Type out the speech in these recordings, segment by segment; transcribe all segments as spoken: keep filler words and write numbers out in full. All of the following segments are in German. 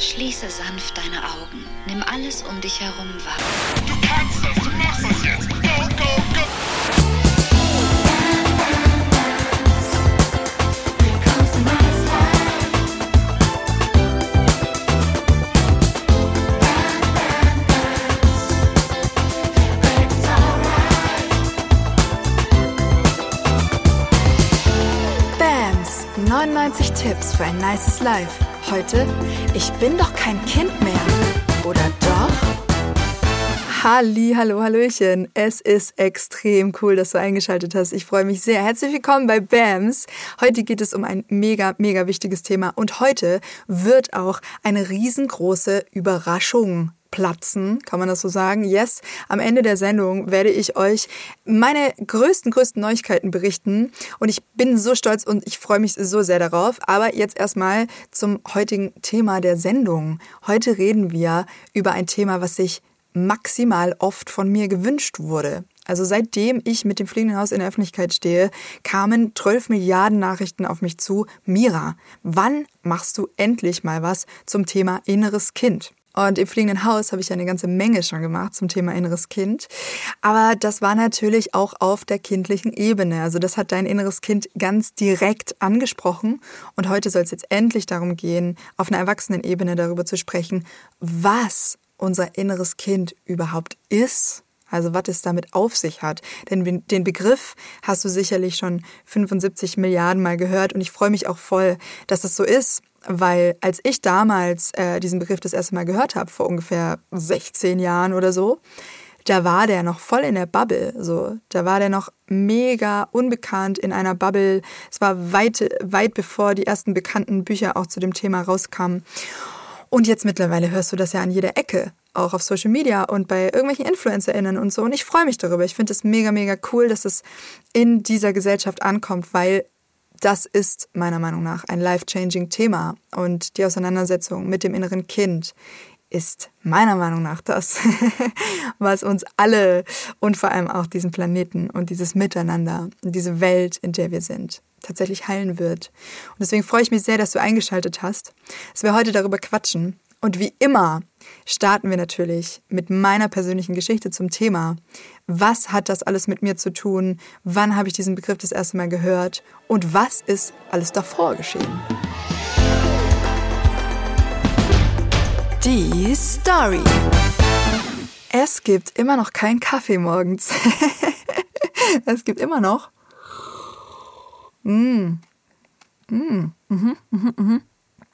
Schließe sanft deine Augen. Nimm alles um dich herum wahr. Du kannst das, du machst das jetzt. Go, go, go. neunundneunzig Tipps für ein nices Life. Heute, ich bin doch kein Kind mehr. Oder doch? Halli, hallo, hallöchen. Es ist extrem cool, dass du eingeschaltet hast. Ich freue mich sehr. Herzlich willkommen bei BAMS. Heute geht es um ein mega, mega wichtiges Thema. Und heute wird auch eine riesengroße Überraschung platzen, kann man das so sagen? Yes, am Ende der Sendung werde ich euch meine größten, größten Neuigkeiten berichten und ich bin so stolz und ich freue mich so sehr darauf. Aber jetzt erstmal zum heutigen Thema der Sendung. Heute reden wir über ein Thema, was sich maximal oft von mir gewünscht wurde. Also seitdem ich mit dem Fliegenden Haus in der Öffentlichkeit stehe, kamen zwölf Milliarden Nachrichten auf mich zu. Mira, wann machst du endlich mal was zum Thema inneres Kind? Und im Fliegenden Haus habe ich eine ganze Menge schon gemacht zum Thema inneres Kind. Aber das war natürlich auch auf der kindlichen Ebene. Also das hat dein inneres Kind ganz direkt angesprochen. Und heute soll es jetzt endlich darum gehen, auf einer Erwachsenenebene darüber zu sprechen, was unser inneres Kind überhaupt ist. Also was es damit auf sich hat. Denn den Begriff hast du sicherlich schon fünfundsiebzig Milliarden Mal gehört. Und ich freue mich auch voll, dass es so ist. Weil als ich damals äh, diesen Begriff das erste Mal gehört habe, vor ungefähr sechzehn Jahren oder so, da war der noch voll in der Bubble. So. Da war der noch mega unbekannt in einer Bubble. Es war weit, weit bevor die ersten bekannten Bücher auch zu dem Thema rauskamen. Und jetzt mittlerweile hörst du das ja an jeder Ecke, auch auf Social Media und bei irgendwelchen InfluencerInnen und so. Und ich freue mich darüber. Ich finde es mega, mega cool, dass es in dieser Gesellschaft ankommt, weil das ist meiner Meinung nach ein life-changing Thema. Und die Auseinandersetzung mit dem inneren Kind ist meiner Meinung nach das, was uns alle und vor allem auch diesen Planeten und dieses Miteinander, diese Welt, in der wir sind, tatsächlich heilen wird. Und deswegen freue ich mich sehr, dass du eingeschaltet hast, dass wir heute darüber quatschen. Und wie immer starten wir natürlich mit meiner persönlichen Geschichte zum Thema. Was hat das alles mit mir zu tun? Wann habe ich diesen Begriff das erste Mal gehört? Und was ist alles davor geschehen? Die Story. Es gibt immer noch keinen Kaffee morgens. Es gibt immer noch mm. Mm. Mhm. Mhm. Mhm.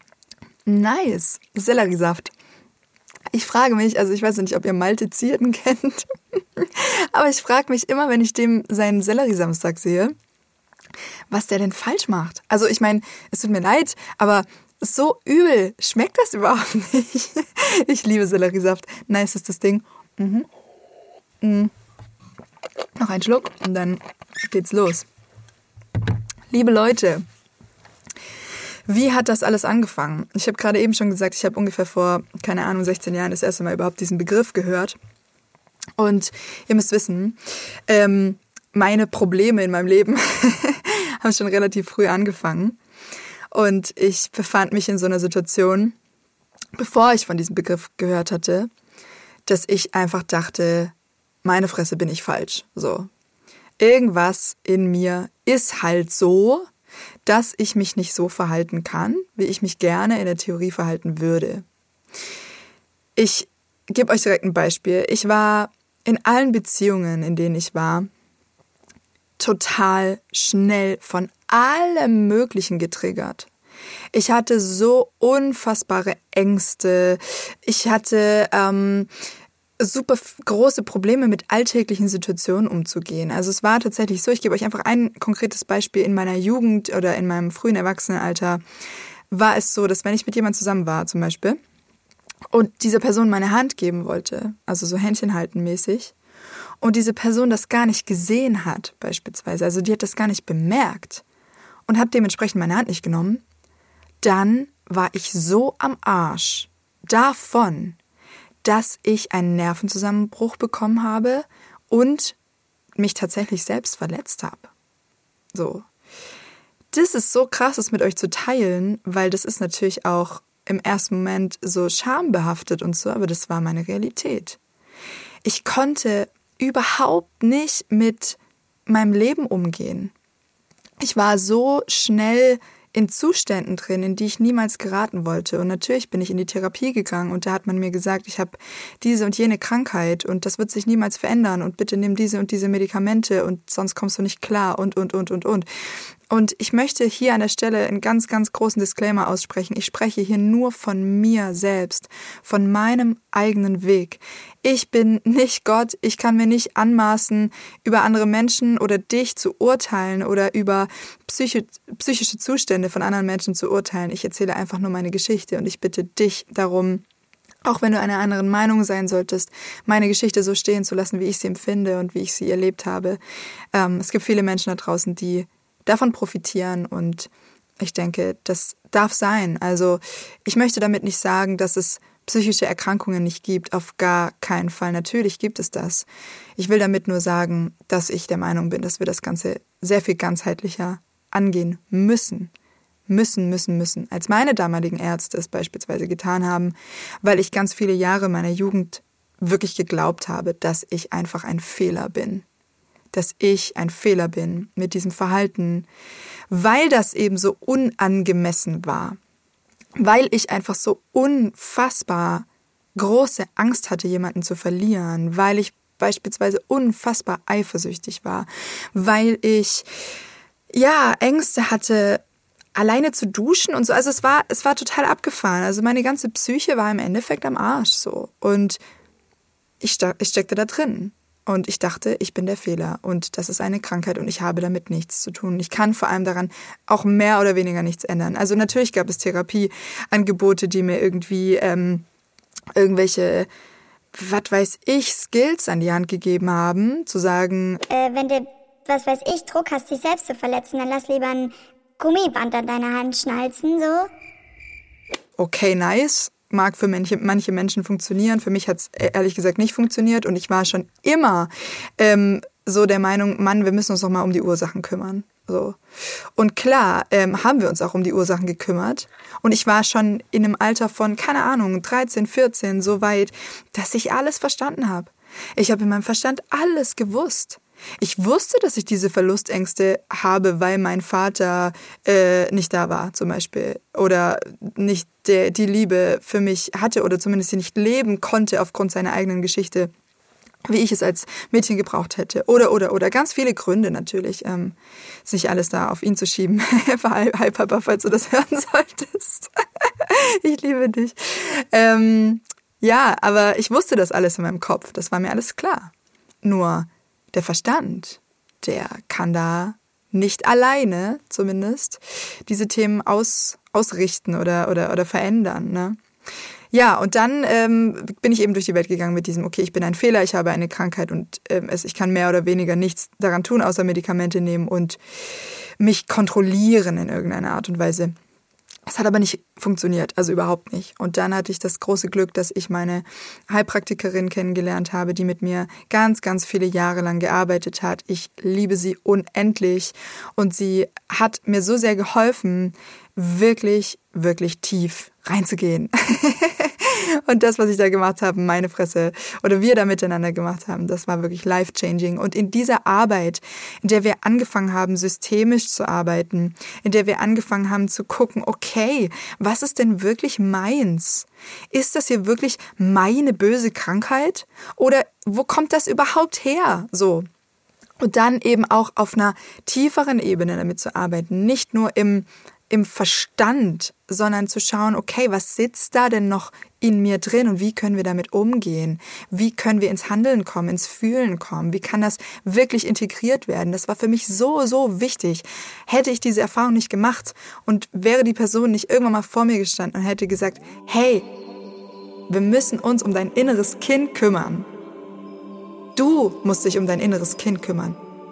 Nice. Selleriesaft. Ich frage mich, also ich weiß nicht, ob ihr Malte Zierden kennt, aber ich frage mich immer, wenn ich dem seinen Selleriesamstag sehe, was der denn falsch macht. Also ich meine, es tut mir leid, aber so übel schmeckt das überhaupt nicht. Ich liebe Selleriesaft. Nice ist das Ding. Mhm. Mhm. Noch einen Schluck und dann geht's los. Liebe Leute, wie hat das alles angefangen? Ich habe gerade eben schon gesagt, ich habe ungefähr vor, keine Ahnung, sechzehn Jahren das erste Mal überhaupt diesen Begriff gehört. Und ihr müsst wissen, ähm, meine Probleme in meinem Leben haben schon relativ früh angefangen. Und ich befand mich in so einer Situation, bevor ich von diesem Begriff gehört hatte, dass ich einfach dachte, meine Fresse, bin ich falsch. So. Irgendwas in mir ist halt so, dass ich mich nicht so verhalten kann, wie ich mich gerne in der Theorie verhalten würde. Ich gebe euch direkt ein Beispiel. Ich war in allen Beziehungen, in denen ich war, total schnell von allem Möglichen getriggert. Ich hatte so unfassbare Ängste. Ich hatte ähm, super große Probleme mit alltäglichen Situationen umzugehen. Also es war tatsächlich so, ich gebe euch einfach ein konkretes Beispiel. In meiner Jugend oder in meinem frühen Erwachsenenalter war es so, dass wenn ich mit jemandem zusammen war zum Beispiel und diese Person meine Hand geben wollte, also so Händchen halten mäßig, und diese Person das gar nicht gesehen hat beispielsweise, also die hat das gar nicht bemerkt und hat dementsprechend meine Hand nicht genommen, dann war ich so am Arsch davon, dass ich einen Nervenzusammenbruch bekommen habe und mich tatsächlich selbst verletzt habe. So. Das ist so krass, das mit euch zu teilen, weil das ist natürlich auch im ersten Moment so schambehaftet und so, aber das war meine Realität. Ich konnte überhaupt nicht mit meinem Leben umgehen. Ich war so schnell in Zuständen drin, in die ich niemals geraten wollte. Und natürlich bin ich in die Therapie gegangen und da hat man mir gesagt, ich habe diese und jene Krankheit und das wird sich niemals verändern und bitte nimm diese und diese Medikamente und sonst kommst du nicht klar und, und, und, und, und. Und ich möchte hier an der Stelle einen ganz, ganz großen Disclaimer aussprechen. Ich spreche hier nur von mir selbst, von meinem eigenen Weg. Ich bin nicht Gott, ich kann mir nicht anmaßen, über andere Menschen oder dich zu urteilen oder über psychi- psychische Zustände von anderen Menschen zu urteilen. Ich erzähle einfach nur meine Geschichte und ich bitte dich darum, auch wenn du einer anderen Meinung sein solltest, meine Geschichte so stehen zu lassen, wie ich sie empfinde und wie ich sie erlebt habe. Ähm, es gibt viele Menschen da draußen, die davon profitieren und ich denke, das darf sein. Also ich möchte damit nicht sagen, dass es psychische Erkrankungen nicht gibt, auf gar keinen Fall. Natürlich gibt es das. Ich will damit nur sagen, dass ich der Meinung bin, dass wir das Ganze sehr viel ganzheitlicher angehen müssen. Müssen, müssen, müssen. Als meine damaligen Ärzte es beispielsweise getan haben, weil ich ganz viele Jahre meiner Jugend wirklich geglaubt habe, dass ich einfach ein Fehler bin. Dass ich ein Fehler bin mit diesem Verhalten, weil das eben so unangemessen war, weil ich einfach so unfassbar große Angst hatte, jemanden zu verlieren, weil ich beispielsweise unfassbar eifersüchtig war, weil ich ja Ängste hatte, alleine zu duschen und so. Also es war, es war total abgefahren. Also meine ganze Psyche war im Endeffekt am Arsch so und ich, sta- ich steckte da drin. Und ich dachte, ich bin der Fehler und das ist eine Krankheit und ich habe damit nichts zu tun. Ich kann vor allem daran auch mehr oder weniger nichts ändern. Also natürlich gab es Therapieangebote, die mir irgendwie ähm, irgendwelche, was weiß ich, Skills an die Hand gegeben haben, zu sagen, Äh, wenn du, was weiß ich, Druck hast, dich selbst zu verletzen, dann lass lieber ein Gummiband an deiner Hand schnalzen, so. Okay, nice. Mag für manche, manche Menschen funktionieren. Für mich hat es ehrlich gesagt nicht funktioniert und ich war schon immer ähm, so der Meinung, Mann, wir müssen uns doch mal um die Ursachen kümmern. So. Und klar ähm, haben wir uns auch um die Ursachen gekümmert und ich war schon in einem Alter von, keine Ahnung, dreizehn, vierzehn so weit, dass ich alles verstanden habe. Ich habe in meinem Verstand alles gewusst. Ich wusste, dass ich diese Verlustängste habe, weil mein Vater äh, nicht da war, zum Beispiel. Oder nicht der, die Liebe für mich hatte oder zumindest sie nicht leben konnte aufgrund seiner eigenen Geschichte, wie ich es als Mädchen gebraucht hätte. Oder, oder, oder. Ganz viele Gründe natürlich, ähm, sich alles da auf ihn zu schieben. Hi, Papa, falls du das hören solltest. Ich liebe dich. Ähm, ja, aber ich wusste das alles in meinem Kopf. Das war mir alles klar. Nur der Verstand, der kann da nicht alleine zumindest diese Themen aus, ausrichten oder, oder, oder verändern. Ne? Ja, und dann ähm, bin ich eben durch die Welt gegangen mit diesem, okay, ich bin ein Fehler, ich habe eine Krankheit und ähm, es, ich kann mehr oder weniger nichts daran tun, außer Medikamente nehmen und mich kontrollieren in irgendeiner Art und Weise. Es hat aber nicht funktioniert, also überhaupt nicht. Und dann hatte ich das große Glück, dass ich meine Heilpraktikerin kennengelernt habe, die mit mir ganz, ganz viele Jahre lang gearbeitet hat. Ich liebe sie unendlich und sie hat mir so sehr geholfen, wirklich, wirklich tief reinzugehen. Und das, was ich da gemacht habe, meine Fresse, oder wir da miteinander gemacht haben, das war wirklich life-changing. Und in dieser Arbeit, in der wir angefangen haben, systemisch zu arbeiten, in der wir angefangen haben zu gucken, okay, was ist denn wirklich meins? Ist das hier wirklich meine böse Krankheit? Oder wo kommt das überhaupt her? So. Und dann eben auch auf einer tieferen Ebene damit zu arbeiten, nicht nur im im Verstand, sondern zu schauen, okay, was sitzt da denn noch in mir drin und wie können wir damit umgehen? Wie können wir ins Handeln kommen, ins Fühlen kommen? Wie kann das wirklich integriert werden? Das war für mich so, so wichtig. Hätte ich diese Erfahrung nicht gemacht und wäre die Person nicht irgendwann mal vor mir gestanden und hätte gesagt, hey, wir müssen uns um dein inneres Kind kümmern. Du musst dich um dein inneres Kind kümmern.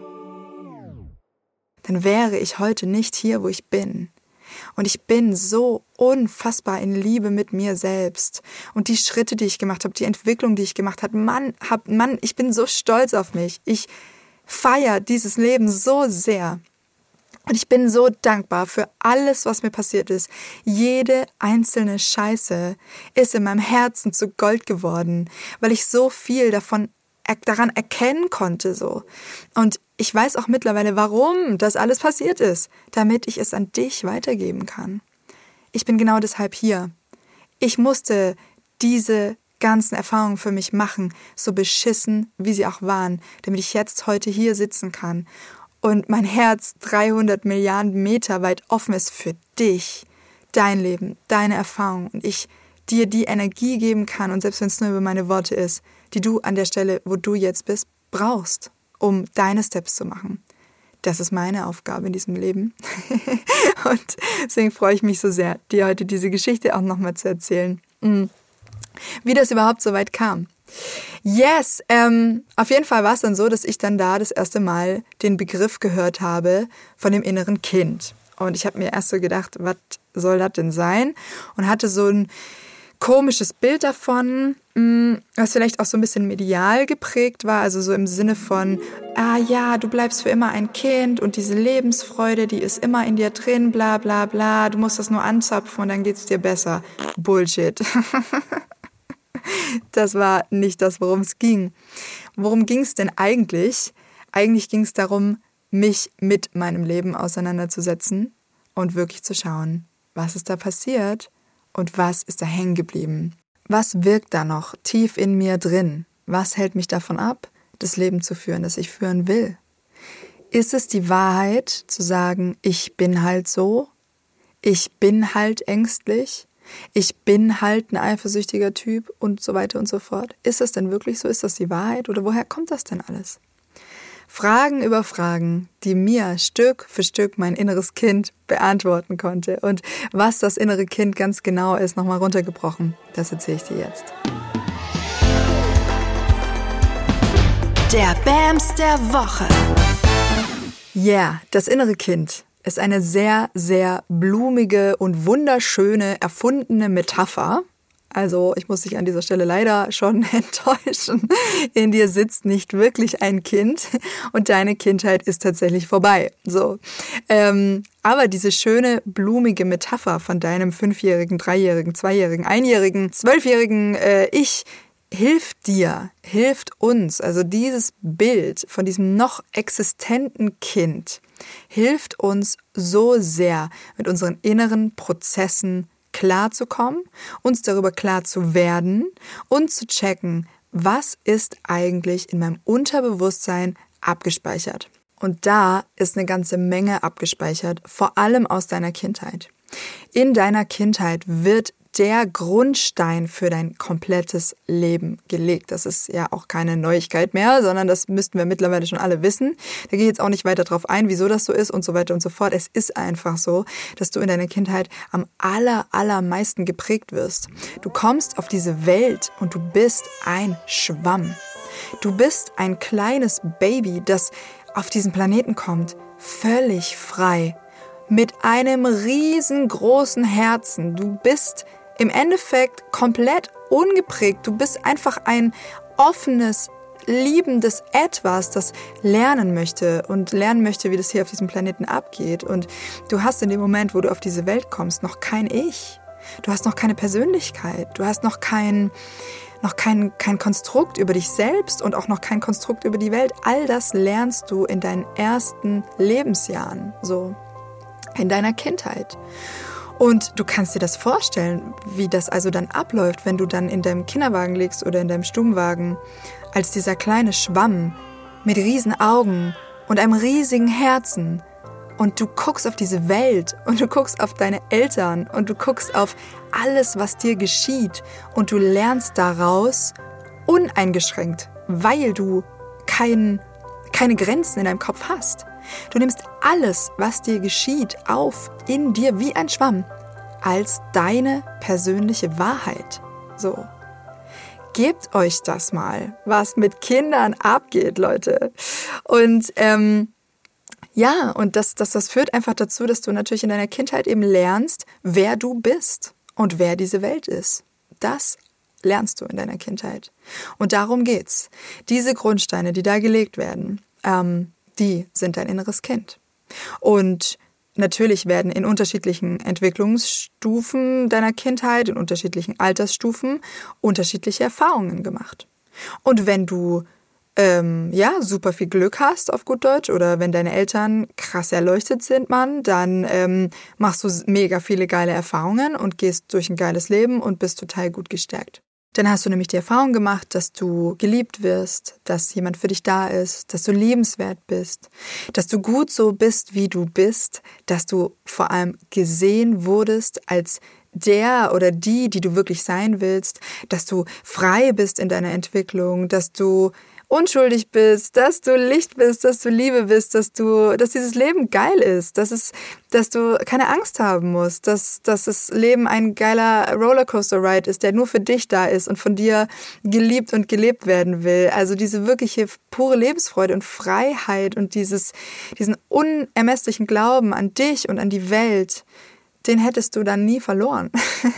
Dann wäre ich heute nicht hier, wo ich bin. Und ich bin so unfassbar in Liebe mit mir selbst. Und die Schritte, die ich gemacht habe, die Entwicklung, die ich gemacht habe, Mann, hab, Mann, ich bin so stolz auf mich. Ich feiere dieses Leben so sehr. Und ich bin so dankbar für alles, was mir passiert ist. Jede einzelne Scheiße ist in meinem Herzen zu Gold geworden, weil ich so viel davon daran erkennen konnte, so. Und ich weiß auch mittlerweile, warum das alles passiert ist, damit ich es an dich weitergeben kann. Ich bin genau deshalb hier. Ich musste diese ganzen Erfahrungen für mich machen, so beschissen, wie sie auch waren, damit ich jetzt heute hier sitzen kann und mein Herz dreihundert Milliarden Meter weit offen ist für dich, dein Leben, deine Erfahrung und ich dir die Energie geben kann und selbst wenn es nur über meine Worte ist, die du an der Stelle, wo du jetzt bist, brauchst, um deine Steps zu machen. Das ist meine Aufgabe in diesem Leben und deswegen freue ich mich so sehr, dir heute diese Geschichte auch nochmal zu erzählen, wie das überhaupt so weit kam. Yes, ähm, auf jeden Fall war es dann so, dass ich dann da das erste Mal den Begriff gehört habe von dem inneren Kind. Und ich habe mir erst so gedacht, was soll das denn sein? Und hatte so ein komisches Bild davon, was vielleicht auch so ein bisschen medial geprägt war, also so im Sinne von, ah ja, du bleibst für immer ein Kind und diese Lebensfreude, die ist immer in dir drin, bla bla bla, du musst das nur anzapfen und dann geht's dir besser. Bullshit. Das war nicht das, worum es ging. Worum ging es denn eigentlich? Eigentlich ging es darum, mich mit meinem Leben auseinanderzusetzen und wirklich zu schauen, was ist da passiert und was ist da hängen geblieben. Was wirkt da noch tief in mir drin? Was hält mich davon ab, das Leben zu führen, das ich führen will? Ist es die Wahrheit, zu sagen, ich bin halt so, ich bin halt ängstlich, ich bin halt ein eifersüchtiger Typ und so weiter und so fort? Ist das denn wirklich so? Ist das die Wahrheit oder woher kommt das denn alles? Fragen über Fragen, die mir Stück für Stück mein inneres Kind beantworten konnte. Und was das innere Kind ganz genau ist, nochmal runtergebrochen, das erzähle ich dir jetzt. Der Bams der Woche. Ja, yeah, das innere Kind ist eine sehr, sehr blumige und wunderschöne, erfundene Metapher. Also ich muss dich an dieser Stelle leider schon enttäuschen. In dir sitzt nicht wirklich ein Kind und deine Kindheit ist tatsächlich vorbei. So, ähm, aber diese schöne, blumige Metapher von deinem fünfjährigen, dreijährigen, zweijährigen, einjährigen, zwölfjährigen äh, Ich hilft dir, hilft uns. Also dieses Bild von diesem noch existenten Kind hilft uns so sehr, mit unseren inneren Prozessen klarzukommen, uns darüber klar zu werden und zu checken, was ist eigentlich in meinem Unterbewusstsein abgespeichert. Und da ist eine ganze Menge abgespeichert, vor allem aus deiner Kindheit. In deiner Kindheit wird der Grundstein für dein komplettes Leben gelegt. Das ist ja auch keine Neuigkeit mehr, sondern das müssten wir mittlerweile schon alle wissen. Da gehe ich jetzt auch nicht weiter drauf ein, wieso das so ist und so weiter und so fort. Es ist einfach so, dass du in deiner Kindheit am aller, allermeisten geprägt wirst. Du kommst auf diese Welt und du bist ein Schwamm. Du bist ein kleines Baby, das auf diesen Planeten kommt, völlig frei, mit einem riesengroßen Herzen. Du bist im Endeffekt komplett ungeprägt. Du bist einfach ein offenes, liebendes Etwas, das lernen möchte und lernen möchte, wie das hier auf diesem Planeten abgeht. Und du hast in dem Moment, wo du auf diese Welt kommst, noch kein Ich. Du hast noch keine Persönlichkeit. Du hast noch kein, noch kein, kein Konstrukt über dich selbst und auch noch kein Konstrukt über die Welt. All das lernst du in deinen ersten Lebensjahren, so in deiner Kindheit. Und du kannst dir das vorstellen, wie das also dann abläuft, wenn du dann in deinem Kinderwagen liegst oder in deinem Stubenwagen, als dieser kleine Schwamm mit riesen Augen und einem riesigen Herzen. Und du guckst auf diese Welt und du guckst auf deine Eltern und du guckst auf alles, was dir geschieht. Und du lernst daraus uneingeschränkt, weil du kein, keine Grenzen in deinem Kopf hast. Du nimmst alles, was dir geschieht, auf in dir wie ein Schwamm als deine persönliche Wahrheit. So. Gebt euch das mal, was mit Kindern abgeht, Leute. Und ähm, ja, und das, das, das führt einfach dazu, dass du natürlich in deiner Kindheit eben lernst, wer du bist und wer diese Welt ist. Das lernst du in deiner Kindheit. Und darum geht's. Diese Grundsteine, die da gelegt werden, ähm, die sind dein inneres Kind. Und natürlich werden in unterschiedlichen Entwicklungsstufen deiner Kindheit, in unterschiedlichen Altersstufen, unterschiedliche Erfahrungen gemacht. Und wenn du ähm, ja super viel Glück hast, auf gut Deutsch, oder wenn deine Eltern krass erleuchtet sind, Mann, dann ähm, machst du mega viele geile Erfahrungen und gehst durch ein geiles Leben und bist total gut gestärkt. Dann hast du nämlich die Erfahrung gemacht, dass du geliebt wirst, dass jemand für dich da ist, dass du liebenswert bist, dass du gut so bist, wie du bist, dass du vor allem gesehen wurdest als der oder die, die du wirklich sein willst, dass du frei bist in deiner Entwicklung, dass du unschuldig bist, dass du Licht bist, dass du Liebe bist, dass du, dass dieses Leben geil ist, dass es, dass du keine Angst haben musst, dass, dass das Leben ein geiler Rollercoaster-Ride ist, der nur für dich da ist und von dir geliebt und gelebt werden will. Also diese wirkliche pure Lebensfreude und Freiheit und dieses, diesen unermesslichen Glauben an dich und an die Welt, den hättest du dann nie verloren,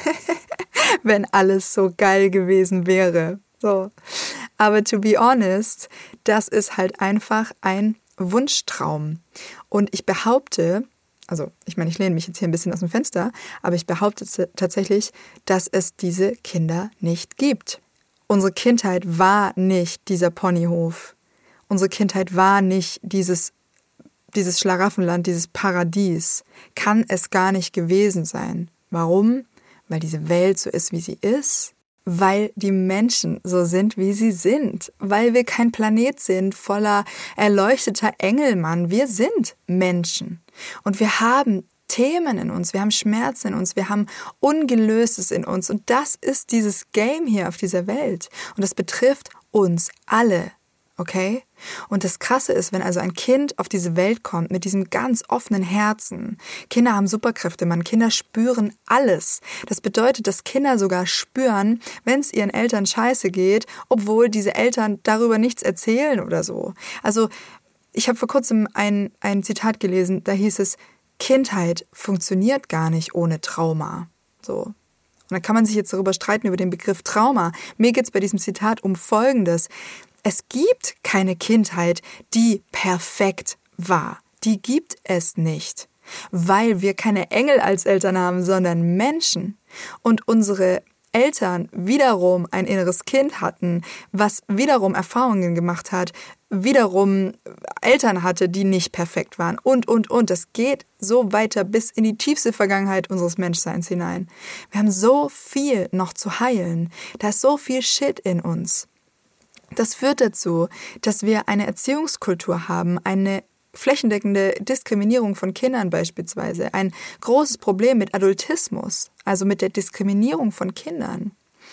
wenn alles so geil gewesen wäre. So. Aber to be honest, das ist halt einfach ein Wunschtraum. Und ich behaupte, also ich meine, ich lehne mich jetzt hier ein bisschen aus dem Fenster, aber ich behaupte tatsächlich, dass es diese Kinder nicht gibt. Unsere Kindheit war nicht dieser Ponyhof. Unsere Kindheit war nicht dieses, dieses Schlaraffenland, dieses Paradies. Kann es gar nicht gewesen sein. Warum? Weil diese Welt so ist, wie sie ist. Weil die Menschen so sind, wie sie sind. Weil wir kein Planet sind voller erleuchteter Engel, Mann. Wir sind Menschen. Und wir haben Themen in uns, wir haben Schmerzen in uns, wir haben Ungelöstes in uns. Und das ist dieses Game hier auf dieser Welt. Und das betrifft uns alle. Okay? Und das Krasse ist, wenn also ein Kind auf diese Welt kommt mit diesem ganz offenen Herzen. Kinder haben Superkräfte, man. Kinder spüren alles. Das bedeutet, dass Kinder sogar spüren, wenn es ihren Eltern scheiße geht, obwohl diese Eltern darüber nichts erzählen oder so. Also ich habe vor kurzem ein, ein Zitat gelesen, da hieß es, Kindheit funktioniert gar nicht ohne Trauma. So. Und dann kann man sich jetzt darüber streiten, über den Begriff Trauma. Mir geht es bei diesem Zitat um Folgendes. Es gibt keine Kindheit, die perfekt war. Die gibt es nicht, weil wir keine Engel als Eltern haben, sondern Menschen. Und unsere Eltern wiederum ein inneres Kind hatten, was wiederum Erfahrungen gemacht hat, wiederum Eltern hatte, die nicht perfekt waren und, und, und. Das geht so weiter bis in die tiefste Vergangenheit unseres Menschseins hinein. Wir haben so viel noch zu heilen. Da ist so viel Shit in uns. Das führt dazu, dass wir eine Erziehungskultur haben, eine flächendeckende Diskriminierung von Kindern beispielsweise, ein großes Problem mit Adultismus, also mit der Diskriminierung von Kindern.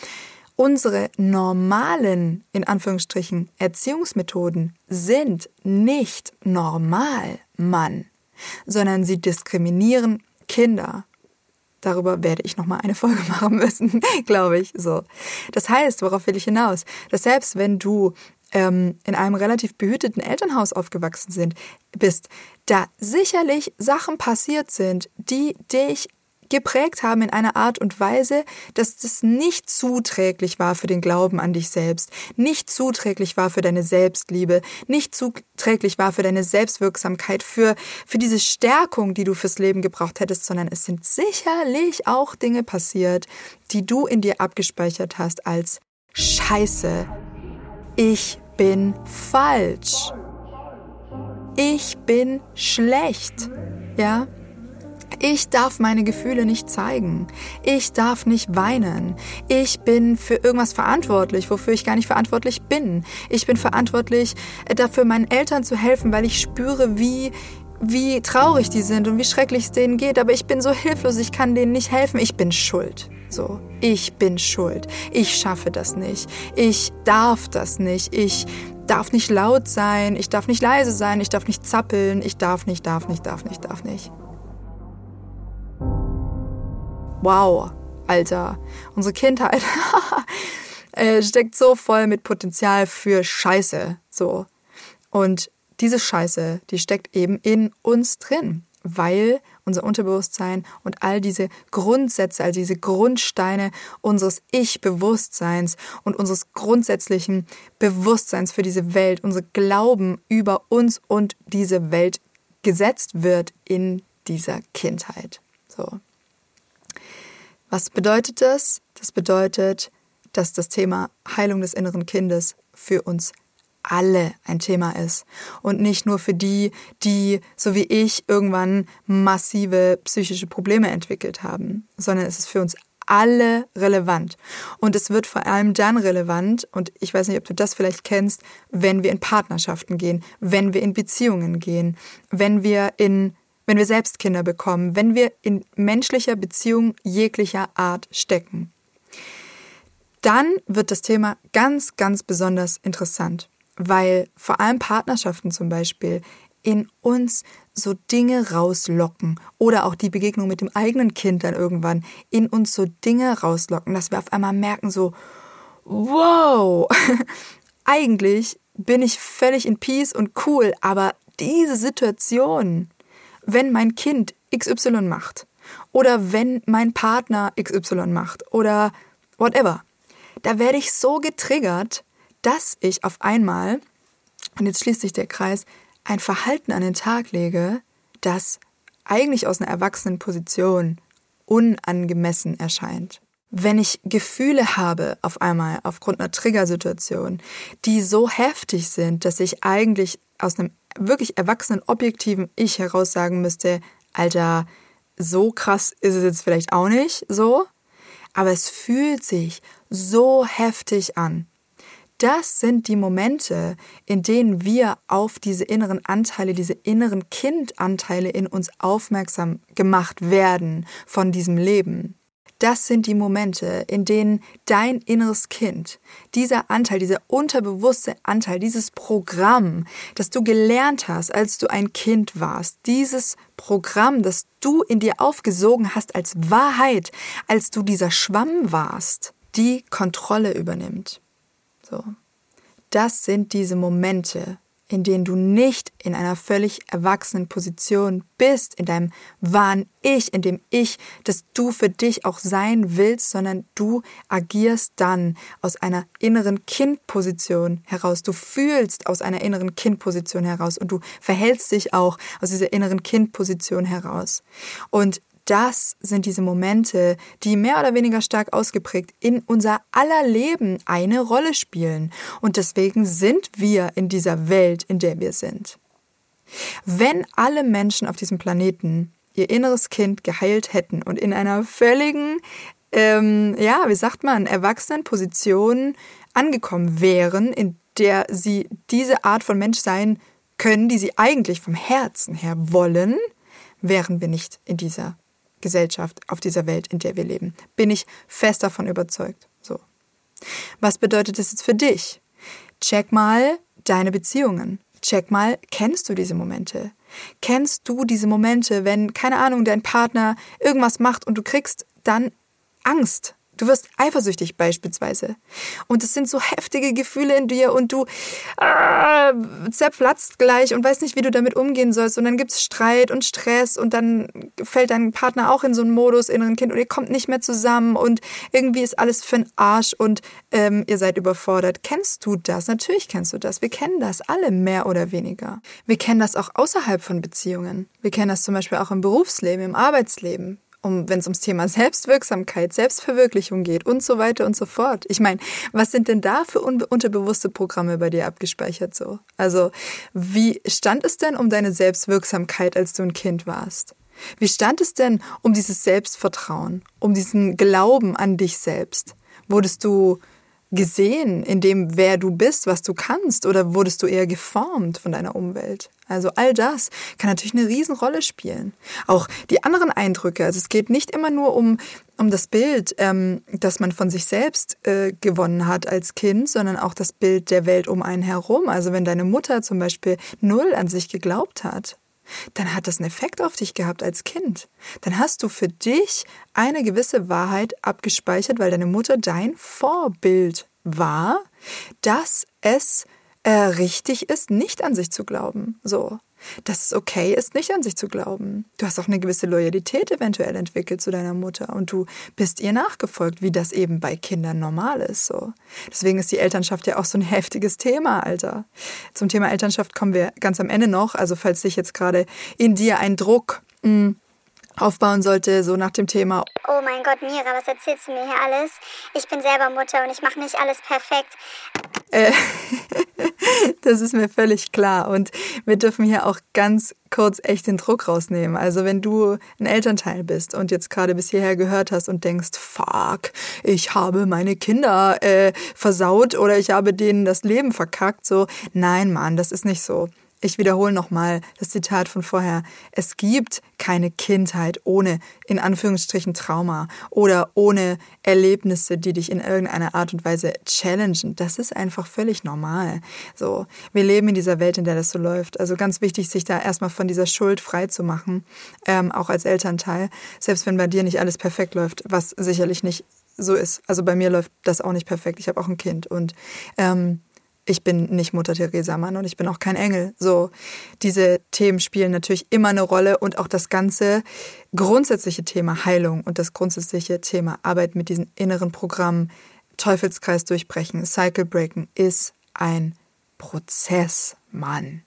Unsere normalen, in Anführungsstrichen, Erziehungsmethoden sind nicht normal, Mann, sondern sie diskriminieren Kinder. Darüber werde ich nochmal eine Folge machen müssen, glaube ich. So. Das heißt, worauf will ich hinaus? Dass selbst wenn du ähm, in einem relativ behüteten Elternhaus aufgewachsen sind, bist, da sicherlich Sachen passiert sind, die dich geprägt haben in einer Art und Weise, dass das nicht zuträglich war für den Glauben an dich selbst, nicht zuträglich war für deine Selbstliebe, nicht zuträglich war für deine Selbstwirksamkeit, für, für diese Stärkung, die du fürs Leben gebraucht hättest, sondern es sind sicherlich auch Dinge passiert, die du in dir abgespeichert hast als Scheiße. Ich bin falsch. Ich bin schlecht. Ja? Ich darf meine Gefühle nicht zeigen. Ich darf nicht weinen. Ich bin für irgendwas verantwortlich, wofür ich gar nicht verantwortlich bin. Ich bin verantwortlich dafür, meinen Eltern zu helfen, weil ich spüre, wie, wie traurig die sind und wie schrecklich es denen geht. Aber ich bin so hilflos, ich kann denen nicht helfen. Ich bin schuld. So, ich bin schuld. Ich schaffe das nicht. Ich darf das nicht. Ich darf nicht laut sein. Ich darf nicht leise sein. Ich darf nicht zappeln. Ich darf nicht, darf nicht, darf nicht, darf nicht. Wow, Alter, unsere Kindheit steckt so voll mit Potenzial für Scheiße, so. Und diese Scheiße, die steckt eben in uns drin, weil unser Unterbewusstsein und all diese Grundsätze, all diese Grundsteine unseres Ich-Bewusstseins und unseres grundsätzlichen Bewusstseins für diese Welt, unser Glauben über uns und diese Welt gesetzt wird in dieser Kindheit. So. Was bedeutet das? Das bedeutet, dass das Thema Heilung des inneren Kindes für uns alle ein Thema ist und nicht nur für die, die, so wie ich, irgendwann massive psychische Probleme entwickelt haben, sondern es ist für uns alle relevant. Und es wird vor allem dann relevant, und ich weiß nicht, ob du das vielleicht kennst, wenn wir in Partnerschaften gehen, wenn wir in Beziehungen gehen, wenn wir in, wenn wir selbst Kinder bekommen, wenn wir in menschlicher Beziehung jeglicher Art stecken. Dann wird das Thema ganz, ganz besonders interessant, weil vor allem Partnerschaften zum Beispiel in uns so Dinge rauslocken oder auch die Begegnung mit dem eigenen Kind dann irgendwann in uns so Dinge rauslocken, dass wir auf einmal merken so, wow, eigentlich bin ich völlig in Peace und cool, aber diese Situation, wenn mein Kind X Y macht oder wenn mein Partner X Y macht oder whatever, da werde ich so getriggert, dass ich auf einmal, und jetzt schließt sich der Kreis, ein Verhalten an den Tag lege, das eigentlich aus einer erwachsenen Position unangemessen erscheint. Wenn ich Gefühle habe auf einmal aufgrund einer Triggersituation, die so heftig sind, dass ich eigentlich aus einem wirklich erwachsenen, objektiven Ich heraus sagen müsste, Alter, so krass ist es jetzt vielleicht auch nicht so, aber es fühlt sich so heftig an. Das sind die Momente, in denen wir auf diese inneren Anteile, diese inneren Kindanteile in uns aufmerksam gemacht werden von diesem Leben. Das sind die Momente, in denen dein inneres Kind, dieser Anteil, dieser unterbewusste Anteil, dieses Programm, das du gelernt hast, als du ein Kind warst, dieses Programm, das du in dir aufgesogen hast als Wahrheit, als du dieser Schwamm warst, die Kontrolle übernimmt. So. Das sind diese Momente, in denen du nicht in einer völlig erwachsenen Position bist, in deinem wahren Ich, in dem Ich, das du für dich auch sein willst, sondern du agierst dann aus einer inneren Kindposition heraus. Du fühlst aus einer inneren Kindposition heraus und du verhältst dich auch aus dieser inneren Kindposition heraus. Und das sind diese Momente, die mehr oder weniger stark ausgeprägt in unser aller Leben eine Rolle spielen. Und deswegen sind wir in dieser Welt, in der wir sind. Wenn alle Menschen auf diesem Planeten ihr inneres Kind geheilt hätten und in einer völligen, ähm, ja, wie sagt man, erwachsenen Position angekommen wären, in der sie diese Art von Mensch sein können, die sie eigentlich vom Herzen her wollen, wären wir nicht in dieser Gesellschaft, auf dieser Welt, in der wir leben. Bin ich fest davon überzeugt. So. Was bedeutet das jetzt für dich? Check mal deine Beziehungen. Check mal, kennst du diese Momente? Kennst du diese Momente, wenn, keine Ahnung, dein Partner irgendwas macht und du kriegst dann Angst? Du wirst eifersüchtig beispielsweise. Und es sind so heftige Gefühle in dir und du äh, zerplatzt gleich und weißt nicht, wie du damit umgehen sollst. Und dann gibt's Streit und Stress und dann fällt dein Partner auch in so einen Modus inneren Kind und ihr kommt nicht mehr zusammen und irgendwie ist alles für den Arsch und ähm, ihr seid überfordert. Kennst du das? Natürlich kennst du das. Wir kennen das alle mehr oder weniger. Wir kennen das auch außerhalb von Beziehungen. Wir kennen das zum Beispiel auch im Berufsleben, im Arbeitsleben. Um, wenn es ums Thema Selbstwirksamkeit, Selbstverwirklichung geht und so weiter und so fort. Ich meine, was sind denn da für unbe- unterbewusste Programme bei dir abgespeichert so? Also, wie stand es denn um deine Selbstwirksamkeit, als du ein Kind warst? Wie stand es denn um dieses Selbstvertrauen, um diesen Glauben an dich selbst? Wurdest du gesehen in dem, wer du bist, was du kannst, oder wurdest du eher geformt von deiner Umwelt? Also all das kann natürlich eine Riesenrolle spielen. Auch die anderen Eindrücke, also es geht nicht immer nur um, um das Bild, ähm, das man von sich selbst äh, gewonnen hat als Kind, sondern auch das Bild der Welt um einen herum. Also wenn deine Mutter zum Beispiel null an sich geglaubt hat, dann hat das einen Effekt auf dich gehabt als Kind. Dann hast du für dich eine gewisse Wahrheit abgespeichert, weil deine Mutter dein Vorbild war, dass es äh, richtig ist, nicht an sich zu glauben. So. Dass es okay ist, nicht an sich zu glauben. Du hast auch eine gewisse Loyalität eventuell entwickelt zu deiner Mutter und du bist ihr nachgefolgt, wie das eben bei Kindern normal ist. So. Deswegen ist die Elternschaft ja auch so ein heftiges Thema, Alter. Zum Thema Elternschaft kommen wir ganz am Ende noch. Also falls sich jetzt gerade in dir ein Druck mh, aufbauen sollte, so nach dem Thema: Oh mein Gott, Mira, was erzählst du mir hier alles? Ich bin selber Mutter und ich mache nicht alles perfekt. Äh, das ist mir völlig klar und wir dürfen hier auch ganz kurz echt den Druck rausnehmen. Also wenn du ein Elternteil bist und jetzt gerade bis hierher gehört hast und denkst, fuck, ich habe meine Kinder äh, versaut oder ich habe denen das Leben verkackt, so, nein, Mann, das ist nicht so. Ich wiederhole nochmal das Zitat von vorher. Es gibt keine Kindheit ohne, in Anführungsstrichen, Trauma oder ohne Erlebnisse, die dich in irgendeiner Art und Weise challengen. Das ist einfach völlig normal. So, wir leben in dieser Welt, in der das so läuft. Also ganz wichtig, sich da erstmal von dieser Schuld frei zu machen, ähm, auch als Elternteil. Selbst wenn bei dir nicht alles perfekt läuft, was sicherlich nicht so ist. Also bei mir läuft das auch nicht perfekt. Ich habe auch ein Kind und ähm, ich bin nicht Mutter Teresa, Mann, und ich bin auch kein Engel. So, diese Themen spielen natürlich immer eine Rolle und auch das ganze grundsätzliche Thema Heilung und das grundsätzliche Thema Arbeit mit diesen inneren Programmen, Teufelskreis durchbrechen, Cycle breaken, ist ein Prozess, Mann.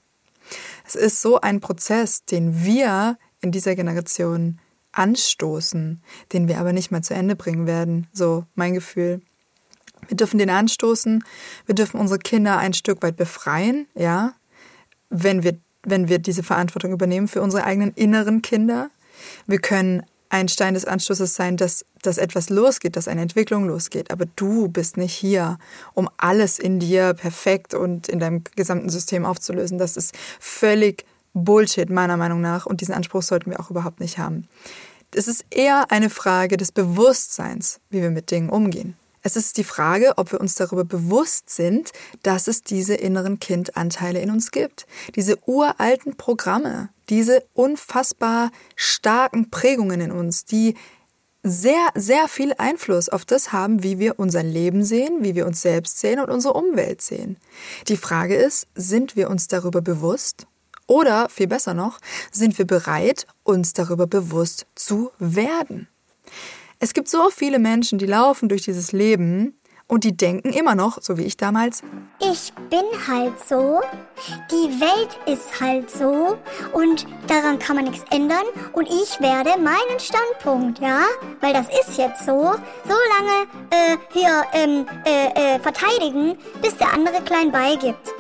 Es ist so ein Prozess, den wir in dieser Generation anstoßen, den wir aber nicht mal zu Ende bringen werden. So, mein Gefühl. Wir dürfen den anstoßen, wir dürfen unsere Kinder ein Stück weit befreien, ja, wenn wir, wenn wir diese Verantwortung übernehmen für unsere eigenen inneren Kinder. Wir können ein Stein des Anstoßes sein, dass, dass etwas losgeht, dass eine Entwicklung losgeht. Aber du bist nicht hier, um alles in dir perfekt und in deinem gesamten System aufzulösen. Das ist völlig Bullshit, meiner Meinung nach. Und diesen Anspruch sollten wir auch überhaupt nicht haben. Es ist eher eine Frage des Bewusstseins, wie wir mit Dingen umgehen. Es ist die Frage, ob wir uns darüber bewusst sind, dass es diese inneren Kindanteile in uns gibt. Diese uralten Programme, diese unfassbar starken Prägungen in uns, die sehr, sehr viel Einfluss auf das haben, wie wir unser Leben sehen, wie wir uns selbst sehen und unsere Umwelt sehen. Die Frage ist, sind wir uns darüber bewusst? Oder, viel besser noch, sind wir bereit, uns darüber bewusst zu werden? Es gibt so viele Menschen, die laufen durch dieses Leben und die denken immer noch, so wie ich damals, ich bin halt so, die Welt ist halt so und daran kann man nichts ändern und ich werde meinen Standpunkt, ja, weil das ist jetzt so, so lange äh, hier ähm, äh, äh, verteidigen, bis der andere klein beigibt.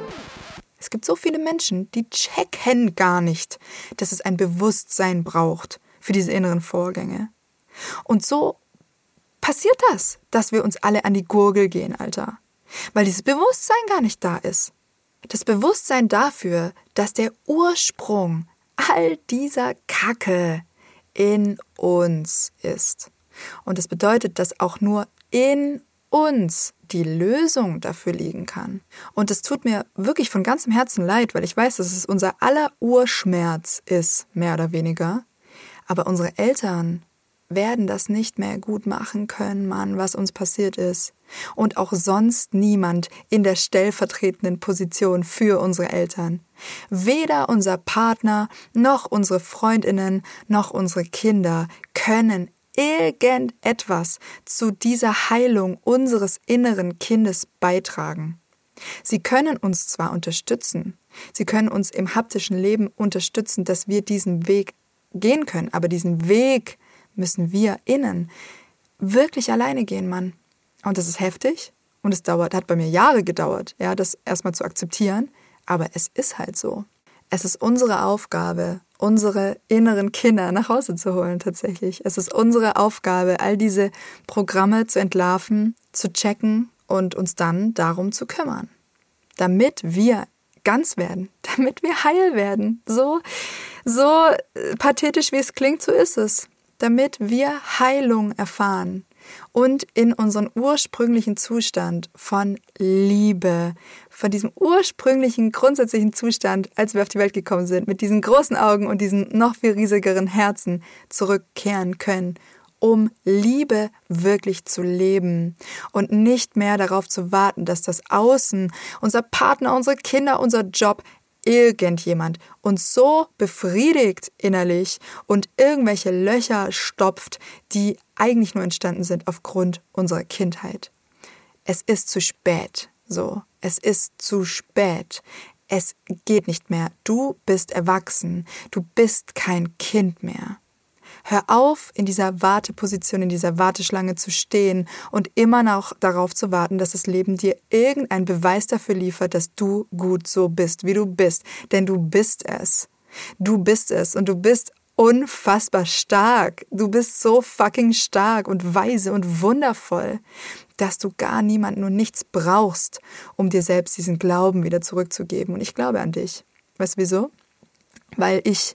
Es gibt so viele Menschen, die checken gar nicht, dass es ein Bewusstsein braucht für diese inneren Vorgänge. Und so passiert das, dass wir uns alle an die Gurgel gehen, Alter. Weil dieses Bewusstsein gar nicht da ist. Das Bewusstsein dafür, dass der Ursprung all dieser Kacke in uns ist. Und das bedeutet, dass auch nur in uns die Lösung dafür liegen kann. Und es tut mir wirklich von ganzem Herzen leid, weil ich weiß, dass es unser aller Urschmerz ist, mehr oder weniger. Aber unsere Eltern werden das nicht mehr gut machen können, Mann, was uns passiert ist. Und auch sonst niemand in der stellvertretenden Position für unsere Eltern. Weder unser Partner, noch unsere Freundinnen, noch unsere Kinder können irgendetwas zu dieser Heilung unseres inneren Kindes beitragen. Sie können uns zwar unterstützen, sie können uns im haptischen Leben unterstützen, dass wir diesen Weg gehen können, aber diesen Weg müssen wir innen wirklich alleine gehen, Mann. Und das ist heftig und es dauert, hat bei mir Jahre gedauert, ja, das erstmal zu akzeptieren, aber es ist halt so. Es ist unsere Aufgabe, unsere inneren Kinder nach Hause zu holen tatsächlich. Es ist unsere Aufgabe, all diese Programme zu entlarven, zu checken und uns dann darum zu kümmern. Damit wir ganz werden, damit wir heil werden. So, so pathetisch wie es klingt, so ist es. Damit wir Heilung erfahren und in unseren ursprünglichen Zustand von Liebe, von diesem ursprünglichen, grundsätzlichen Zustand, als wir auf die Welt gekommen sind, mit diesen großen Augen und diesen noch viel riesigeren Herzen zurückkehren können um Liebe wirklich zu leben und nicht mehr darauf zu warten, dass das Außen, unser Partner, unsere Kinder, unser Job, irgendjemand uns so befriedigt innerlich und irgendwelche Löcher stopft, die eigentlich nur entstanden sind aufgrund unserer Kindheit. Es ist zu spät, so. Es ist zu spät. Es geht nicht mehr. Du bist erwachsen. Du bist kein Kind mehr. Hör auf, in dieser Warteposition, in dieser Warteschlange zu stehen und immer noch darauf zu warten, dass das Leben dir irgendeinen Beweis dafür liefert, dass du gut so bist, wie du bist. Denn du bist es. Du bist es und du bist unfassbar stark. Du bist so fucking stark und weise und wundervoll, dass du gar niemanden und nichts brauchst, um dir selbst diesen Glauben wieder zurückzugeben. Und ich glaube an dich. Weißt du wieso? Weil ich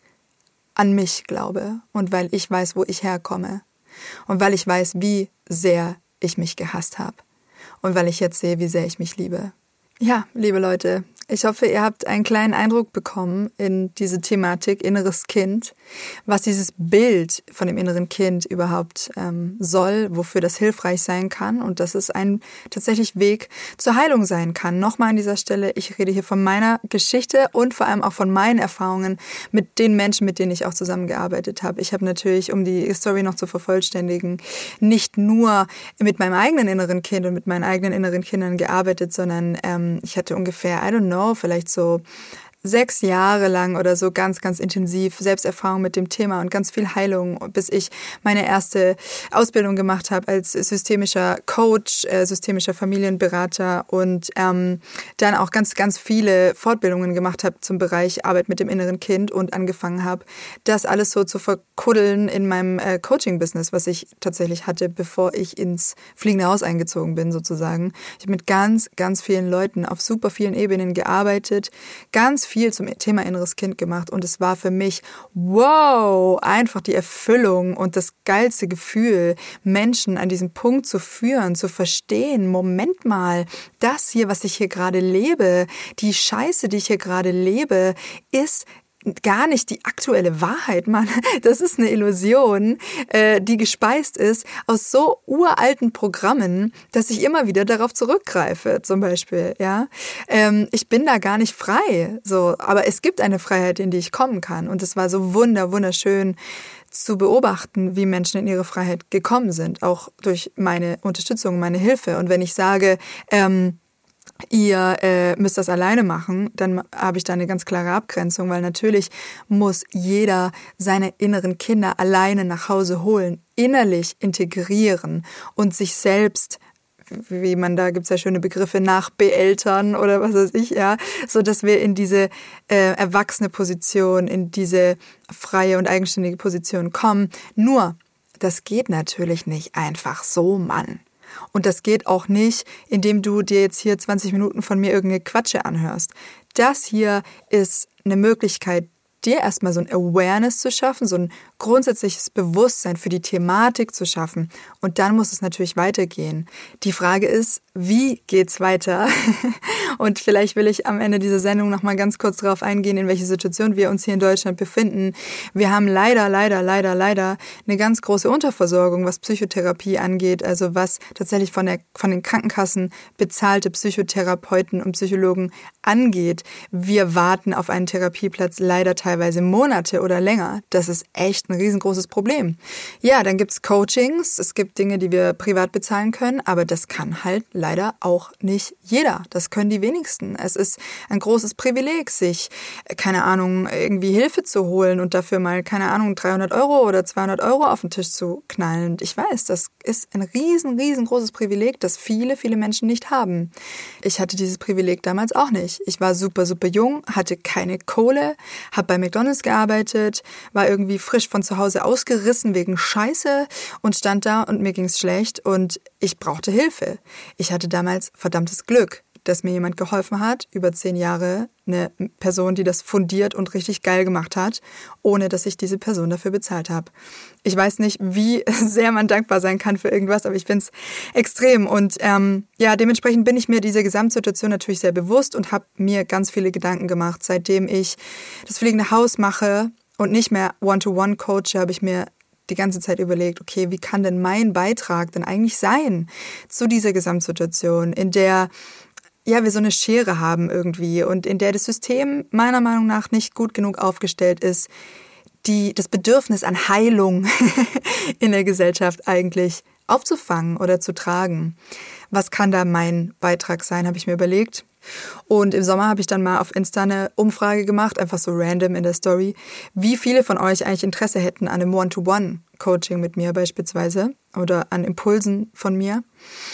an mich glaube und weil ich weiß, wo ich herkomme und weil ich weiß, wie sehr ich mich gehasst habe und weil ich jetzt sehe, wie sehr ich mich liebe. Ja, liebe Leute, ich hoffe, ihr habt einen kleinen Eindruck bekommen in diese Thematik inneres Kind, was dieses Bild von dem inneren Kind überhaupt ähm, soll, wofür das hilfreich sein kann und dass es ein tatsächlich Weg zur Heilung sein kann. Nochmal an dieser Stelle, ich rede hier von meiner Geschichte und vor allem auch von meinen Erfahrungen mit den Menschen, mit denen ich auch zusammengearbeitet habe. Ich habe natürlich, um die Story noch zu vervollständigen, nicht nur mit meinem eigenen inneren Kind und mit meinen eigenen inneren Kindern gearbeitet, sondern ähm, ich hatte ungefähr, I don't know, vielleicht so sechs Jahre lang oder so ganz, ganz intensiv Selbsterfahrung mit dem Thema und ganz viel Heilung, bis ich meine erste Ausbildung gemacht habe als systemischer Coach, äh, systemischer Familienberater und ähm, dann auch ganz, ganz viele Fortbildungen gemacht habe zum Bereich Arbeit mit dem inneren Kind und angefangen habe, das alles so zu verkuddeln in meinem äh, Coaching-Business, was ich tatsächlich hatte, bevor ich ins fliegende Haus eingezogen bin sozusagen. Ich habe mit ganz, ganz vielen Leuten auf super vielen Ebenen gearbeitet, ganz viel zum Thema inneres Kind gemacht und es war für mich, wow, einfach die Erfüllung und das geilste Gefühl, Menschen an diesen Punkt zu führen, zu verstehen, Moment mal, das hier, was ich hier gerade lebe, die Scheiße, die ich hier gerade lebe, ist gar nicht die aktuelle Wahrheit, Mann. Das ist eine Illusion, äh, die gespeist ist aus so uralten Programmen, dass ich immer wieder darauf zurückgreife, zum Beispiel. Ja, ähm, ich bin da gar nicht frei, so. Aber es gibt eine Freiheit, in die ich kommen kann. Und es war so wunder, wunderschön zu beobachten, wie Menschen in ihre Freiheit gekommen sind, auch durch meine Unterstützung, meine Hilfe. Und wenn ich sage, ähm, ihr äh, müsst das alleine machen, dann habe ich da eine ganz klare Abgrenzung, weil natürlich muss jeder seine inneren Kinder alleine nach Hause holen, innerlich integrieren und sich selbst, wie man, da gibt's ja schöne Begriffe, nachbeeltern oder was weiß ich, ja, so dass wir in diese äh, erwachsene Position, in diese freie und eigenständige Position kommen. Nur, das geht natürlich nicht einfach so, Mann. Und das geht auch nicht, indem du dir jetzt hier zwanzig Minuten von mir irgendeine Quatsche anhörst. Das hier ist eine Möglichkeit, dir erstmal so ein Awareness zu schaffen, so ein grundsätzliches Bewusstsein für die Thematik zu schaffen. Und dann muss es natürlich weitergehen. Die Frage ist, wie geht's weiter? Und vielleicht will ich am Ende dieser Sendung nochmal ganz kurz darauf eingehen, in welche Situation wir uns hier in Deutschland befinden. Wir haben leider, leider, leider, leider eine ganz große Unterversorgung, was Psychotherapie angeht, also was tatsächlich von der, von den Krankenkassen bezahlte Psychotherapeuten und Psychologen angeht. Wir warten auf einen Therapieplatz leider teilweise Monate oder länger. Das ist echt ein riesengroßes Problem. Ja, dann gibt's Coachings, es gibt Dinge, die wir privat bezahlen können, aber das kann halt leider auch nicht jeder. Das können die wenigsten. Es ist ein großes Privileg, sich, keine Ahnung, irgendwie Hilfe zu holen und dafür mal, keine Ahnung, dreihundert Euro oder zweihundert Euro auf den Tisch zu knallen. Und ich weiß, das ist ein riesen, riesengroßes Privileg, das viele, viele Menschen nicht haben. Ich hatte dieses Privileg damals auch nicht. Ich war super, super jung, hatte keine Kohle, habe bei McDonald's gearbeitet, war irgendwie frisch von zu Hause ausgerissen wegen Scheiße und stand da und mir ging's schlecht und ich brauchte Hilfe. Ich hatte damals verdammtes Glück, dass mir jemand geholfen hat, über zehn Jahre, eine Person, die das fundiert und richtig geil gemacht hat, ohne dass ich diese Person dafür bezahlt habe. Ich weiß nicht, wie sehr man dankbar sein kann für irgendwas, aber ich finde es extrem. Und ähm, ja, dementsprechend bin ich mir dieser Gesamtsituation natürlich sehr bewusst und habe mir ganz viele Gedanken gemacht. Seitdem ich das fliegende Haus mache und nicht mehr One-to-One coache, habe ich mir die ganze Zeit überlegt, okay, wie kann denn mein Beitrag denn eigentlich sein zu dieser Gesamtsituation, in der ja wir so eine Schere haben irgendwie und in der das System meiner Meinung nach nicht gut genug aufgestellt ist, die das Bedürfnis an Heilung in der Gesellschaft eigentlich aufzufangen oder zu tragen. Was kann da mein Beitrag sein, habe ich mir überlegt. Und im Sommer habe ich dann mal auf Insta eine Umfrage gemacht, einfach so random in der Story, wie viele von euch eigentlich Interesse hätten an einem One-to-One-Coaching mit mir beispielsweise oder an Impulsen von mir.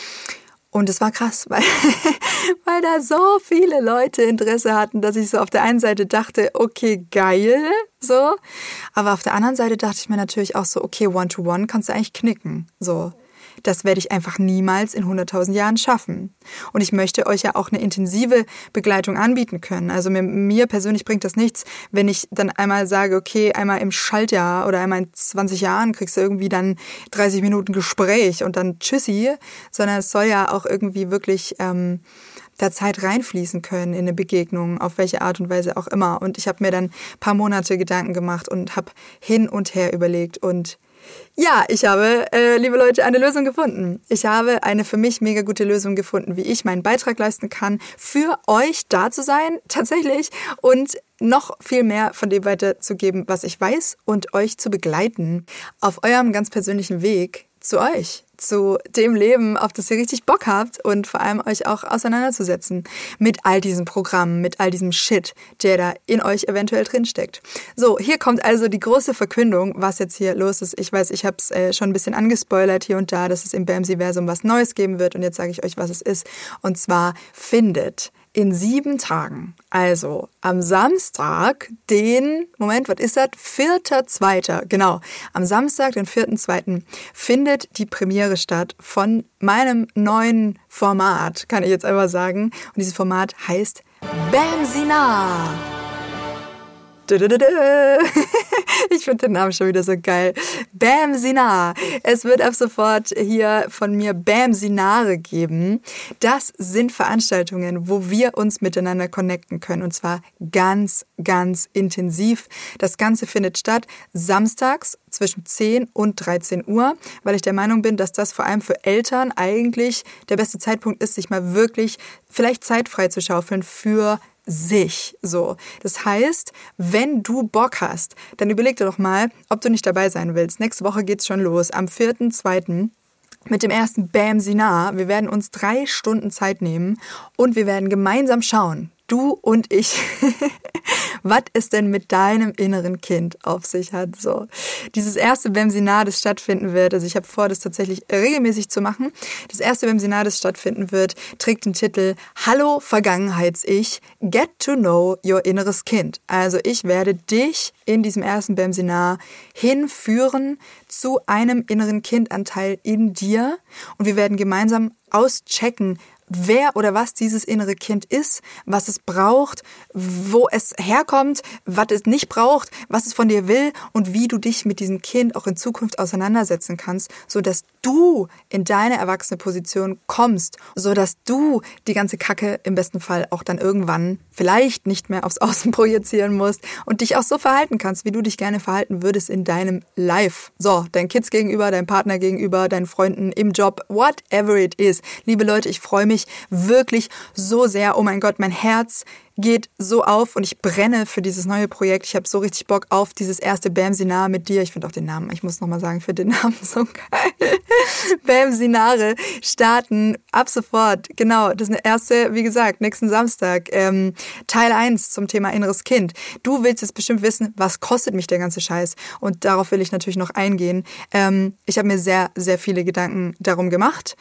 Und es war krass, weil, weil da so viele Leute Interesse hatten, dass ich so auf der einen Seite dachte, okay, geil, so. Aber auf der anderen Seite dachte ich mir natürlich auch so, okay, One-to-One kannst du eigentlich knicken, so. Das werde ich einfach niemals in hunderttausend Jahren schaffen. Und ich möchte euch ja auch eine intensive Begleitung anbieten können. Also mir, mir persönlich bringt das nichts, wenn ich dann einmal sage, okay, einmal im Schaltjahr oder einmal in zwanzig Jahren kriegst du irgendwie dann dreißig Minuten Gespräch und dann tschüssi, sondern es soll ja auch irgendwie wirklich ähm, da Zeit reinfließen können in eine Begegnung, auf welche Art und Weise auch immer. Und ich habe mir dann ein paar Monate Gedanken gemacht und habe hin und her überlegt und ja, ich habe, äh, liebe Leute, eine Lösung gefunden. Ich habe eine für mich mega gute Lösung gefunden, wie ich meinen Beitrag leisten kann, für euch da zu sein, tatsächlich, und noch viel mehr von dem weiterzugeben, was ich weiß und euch zu begleiten auf eurem ganz persönlichen Weg zu euch, zu dem Leben, auf das ihr richtig Bock habt und vor allem euch auch auseinanderzusetzen mit all diesen Programmen, mit all diesem Shit, der da in euch eventuell drinsteckt. So, hier kommt also die große Verkündung, was jetzt hier los ist. Ich weiß, ich habe es äh, schon ein bisschen angespoilert hier und da, dass es im Bamsiversum was Neues geben wird und jetzt sage ich euch, was es ist. Und zwar findet in sieben Tagen, also am Samstag, den, Moment, was ist das? vierter zweiter Genau, am Samstag, den vierten zweiten findet die Premiere statt von meinem neuen Format, kann ich jetzt einfach sagen. Und dieses Format heißt Bamsina. Ich finde den Namen schon wieder so geil. Bamsina. Es wird ab sofort hier von mir Bamsinare geben. Das sind Veranstaltungen, wo wir uns miteinander connecten können. Und zwar ganz, ganz intensiv. Das Ganze findet statt samstags zwischen zehn und dreizehn Uhr, weil ich der Meinung bin, dass das vor allem für Eltern eigentlich der beste Zeitpunkt ist, sich mal wirklich vielleicht Zeit frei zu schaufeln für sich, so. Das heißt, wenn du Bock hast, dann überleg dir doch mal, ob du nicht dabei sein willst. Nächste Woche geht's schon los, am vierten zweiten mit dem ersten Bamsina. Wir werden uns drei Stunden Zeit nehmen und wir werden gemeinsam schauen, du und ich, was es denn mit deinem inneren Kind auf sich hat. So, dieses erste Bamsina, das stattfinden wird, also ich habe vor, das tatsächlich regelmäßig zu machen. Das erste Bamsina, das stattfinden wird, trägt den Titel Hallo Vergangenheits-Ich, Get to Know Your Inneres Kind. Also ich werde dich in diesem ersten Bamsina hinführen zu einem inneren Kindanteil in dir und wir werden gemeinsam auschecken, wer oder was dieses innere Kind ist, was es braucht, wo es herkommt, was es nicht braucht, was es von dir will und wie du dich mit diesem Kind auch in Zukunft auseinandersetzen kannst, sodass du in deine erwachsene Position kommst, sodass du die ganze Kacke im besten Fall auch dann irgendwann vielleicht nicht mehr aufs Außen projizieren musst und dich auch so verhalten kannst, wie du dich gerne verhalten würdest in deinem Life. So, deinen Kids gegenüber, deinem Partner gegenüber, deinen Freunden, im Job, whatever it is. Liebe Leute, ich freue mich wirklich so sehr. Oh mein Gott, mein Herz geht so auf und ich brenne für dieses neue Projekt. Ich habe so richtig Bock auf dieses erste Bamsina mit dir. Ich finde auch den Namen, ich muss nochmal sagen, ich finde den Namen so geil. Bamsinare starten ab sofort. Genau, das ist eine erste, wie gesagt, nächsten Samstag. Ähm, Teil eins zum Thema inneres Kind. Du willst jetzt bestimmt wissen, was kostet mich der ganze Scheiß? Und darauf will ich natürlich noch eingehen. Ähm, ich habe mir sehr, sehr viele Gedanken darum gemacht.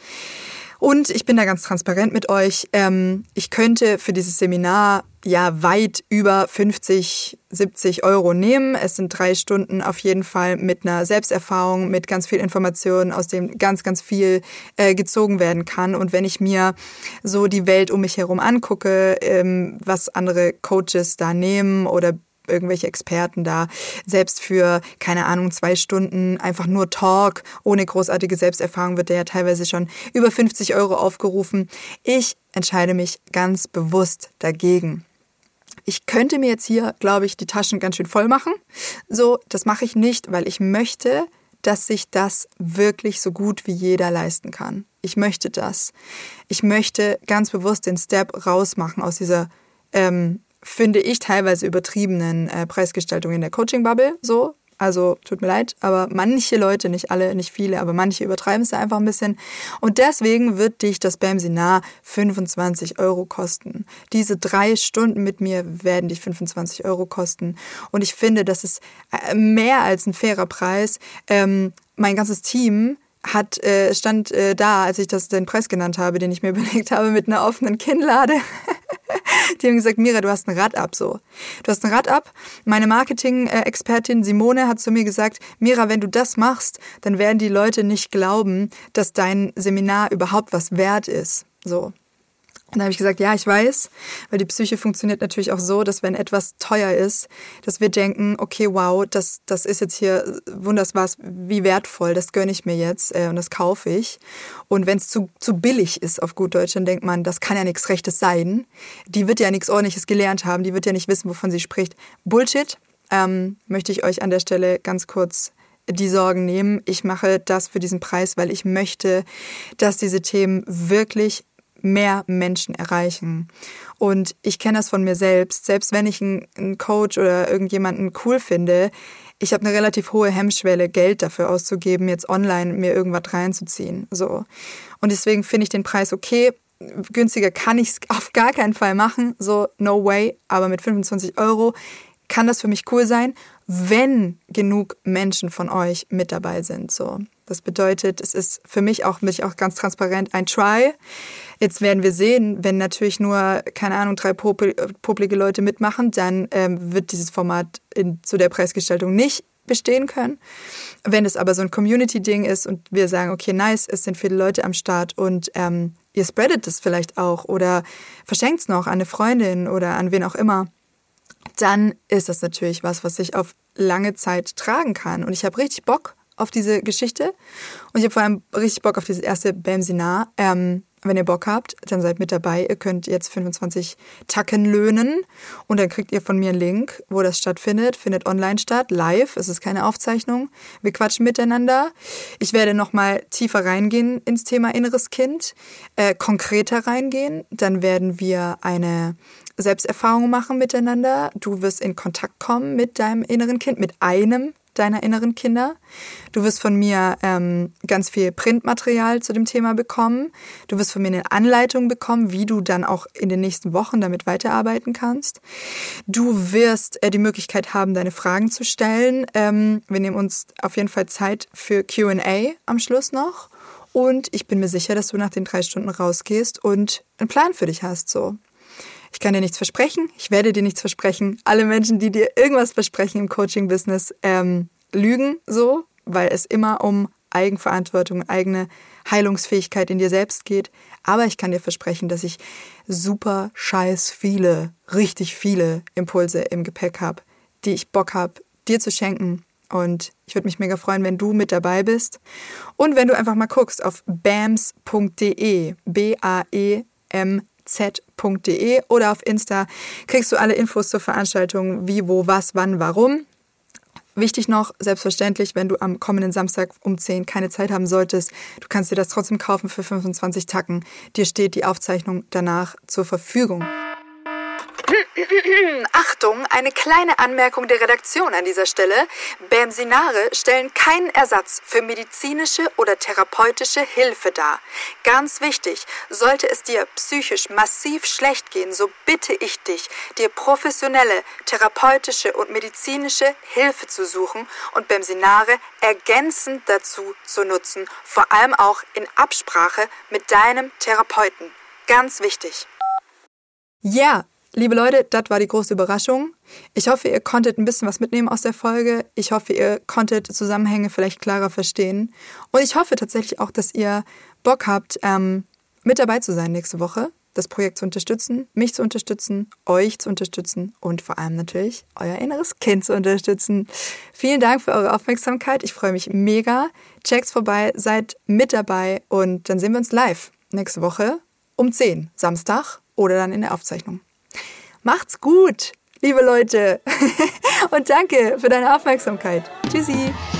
Und ich bin da ganz transparent mit euch. Ähm, ich könnte für dieses Seminar ja weit über fünfzig, siebzig Euro nehmen. Es sind drei Stunden auf jeden Fall mit einer Selbsterfahrung, mit ganz viel Informationen, aus dem ganz, ganz viel äh, gezogen werden kann. Und wenn ich mir so die Welt um mich herum angucke, ähm, was andere Coaches da nehmen oder irgendwelche Experten da, selbst für, keine Ahnung, zwei Stunden einfach nur Talk, ohne großartige Selbsterfahrung wird der ja teilweise schon über fünfzig Euro aufgerufen. Ich entscheide mich ganz bewusst dagegen. Ich könnte mir jetzt hier, glaube ich, die Taschen ganz schön voll machen. So, das mache ich nicht, weil ich möchte, dass sich das wirklich so gut wie jeder leisten kann. Ich möchte das. Ich möchte ganz bewusst den Step rausmachen aus dieser, ähm, finde ich, teilweise übertriebenen äh, Preisgestaltung in der Coaching-Bubble, so. Also tut mir leid, aber manche Leute, nicht alle, nicht viele, aber manche übertreiben es da einfach ein bisschen. Und deswegen wird dich das BAM-Seminar fünfundzwanzig Euro kosten. Diese drei Stunden mit mir werden dich fünfundzwanzig Euro kosten. Und ich finde, das ist mehr als ein fairer Preis. Ähm, mein ganzes Team hat äh, stand äh, da, als ich das den Preis genannt habe, den ich mir überlegt habe, mit einer offenen Kinnlade. Die haben gesagt, Mira, du hast ein Rad ab, so. Du hast ein Rad ab. Meine Marketing-Expertin Simone hat zu mir gesagt, Mira, wenn du das machst, dann werden die Leute nicht glauben, dass dein Seminar überhaupt was wert ist, so. Und dann habe ich gesagt, ja, ich weiß, weil die Psyche funktioniert natürlich auch so, dass wenn etwas teuer ist, dass wir denken, okay, wow, das, das ist jetzt hier wunderbar, wie wertvoll, das gönne ich mir jetzt äh, und das kaufe ich. Und wenn es zu, zu billig ist, auf gut Deutsch, dann denkt man, das kann ja nichts Rechtes sein. Die wird ja nichts Ordentliches gelernt haben, die wird ja nicht wissen, wovon sie spricht. Bullshit, ähm, möchte ich euch an der Stelle ganz kurz die Sorgen nehmen. Ich mache das für diesen Preis, weil ich möchte, dass diese Themen wirklich mehr Menschen erreichen. Und ich kenne das von mir selbst. Selbst wenn ich einen Coach oder irgendjemanden cool finde, ich habe eine relativ hohe Hemmschwelle, Geld dafür auszugeben, jetzt online mir irgendwas reinzuziehen. So. Und deswegen finde ich den Preis okay. Günstiger kann ich es auf gar keinen Fall machen. So, no way. Aber mit fünfundzwanzig Euro kann das für mich cool sein, wenn genug Menschen von euch mit dabei sind. So. Das bedeutet, es ist für mich auch, mich auch ganz transparent ein Try. Jetzt werden wir sehen, wenn natürlich nur, keine Ahnung, drei poplige Leute mitmachen, dann ähm, wird dieses Format in, zu der Preisgestaltung nicht bestehen können. Wenn es aber so ein Community-Ding ist und wir sagen, okay, nice, es sind viele Leute am Start und ähm, ihr spreadet es vielleicht auch oder verschenkt es noch an eine Freundin oder an wen auch immer, dann ist das natürlich was, was ich auf lange Zeit tragen kann. Und ich habe richtig Bock auf diese Geschichte und ich habe vor allem richtig Bock auf dieses erste BAM-Seminar. Ähm, wenn ihr Bock habt, dann seid mit dabei. Ihr könnt jetzt fünfundzwanzig Tacken löhnen und dann kriegt ihr von mir einen Link, wo das stattfindet. Findet online statt, live, es ist keine Aufzeichnung. Wir quatschen miteinander. Ich werde nochmal tiefer reingehen ins Thema inneres Kind, äh, konkreter reingehen. Dann werden wir eine Selbsterfahrung machen miteinander. Du wirst in Kontakt kommen mit deinem inneren Kind, mit einem deiner inneren Kinder. Du wirst von mir ähm, ganz viel Printmaterial zu dem Thema bekommen. Du wirst von mir eine Anleitung bekommen, wie du dann auch in den nächsten Wochen damit weiterarbeiten kannst. Du wirst äh, die Möglichkeit haben, deine Fragen zu stellen. Ähm, wir nehmen uns auf jeden Fall Zeit für Q and A am Schluss noch. Und ich bin mir sicher, dass du nach den drei Stunden rausgehst und einen Plan für dich hast, so. Ich kann dir nichts versprechen, ich werde dir nichts versprechen. Alle Menschen, die dir irgendwas versprechen im Coaching-Business, ähm, lügen so, weil es immer um Eigenverantwortung, eigene Heilungsfähigkeit in dir selbst geht. Aber ich kann dir versprechen, dass ich super scheiß viele, richtig viele Impulse im Gepäck habe, die ich Bock habe, dir zu schenken. Und ich würde mich mega freuen, wenn du mit dabei bist. Und wenn du einfach mal guckst auf bams punkt de, B A E M z punkt de oder auf Insta kriegst du alle Infos zur Veranstaltung, wie, wo, was, wann, warum. Wichtig noch, selbstverständlich, wenn du am kommenden Samstag um zehn keine Zeit haben solltest, du kannst dir das trotzdem kaufen für fünfundzwanzig Tacken. Dir steht die Aufzeichnung danach zur Verfügung. Achtung, eine kleine Anmerkung der Redaktion an dieser Stelle. BAM-Seminare stellen keinen Ersatz für medizinische oder therapeutische Hilfe dar. Ganz wichtig, sollte es dir psychisch massiv schlecht gehen, so bitte ich dich, dir professionelle, therapeutische und medizinische Hilfe zu suchen und BAM-Seminare ergänzend dazu zu nutzen, vor allem auch in Absprache mit deinem Therapeuten. Ganz wichtig. Ja, yeah. Liebe Leute, das war die große Überraschung. Ich hoffe, ihr konntet ein bisschen was mitnehmen aus der Folge. Ich hoffe, ihr konntet Zusammenhänge vielleicht klarer verstehen. Und ich hoffe tatsächlich auch, dass ihr Bock habt, ähm, mit dabei zu sein nächste Woche, das Projekt zu unterstützen, mich zu unterstützen, euch zu unterstützen und vor allem natürlich euer inneres Kind zu unterstützen. Vielen Dank für eure Aufmerksamkeit. Ich freue mich mega. Checkt's vorbei, seid mit dabei und dann sehen wir uns live nächste Woche um zehn, Samstag oder dann in der Aufzeichnung. Macht's gut, liebe Leute. Und danke für deine Aufmerksamkeit. Tschüssi.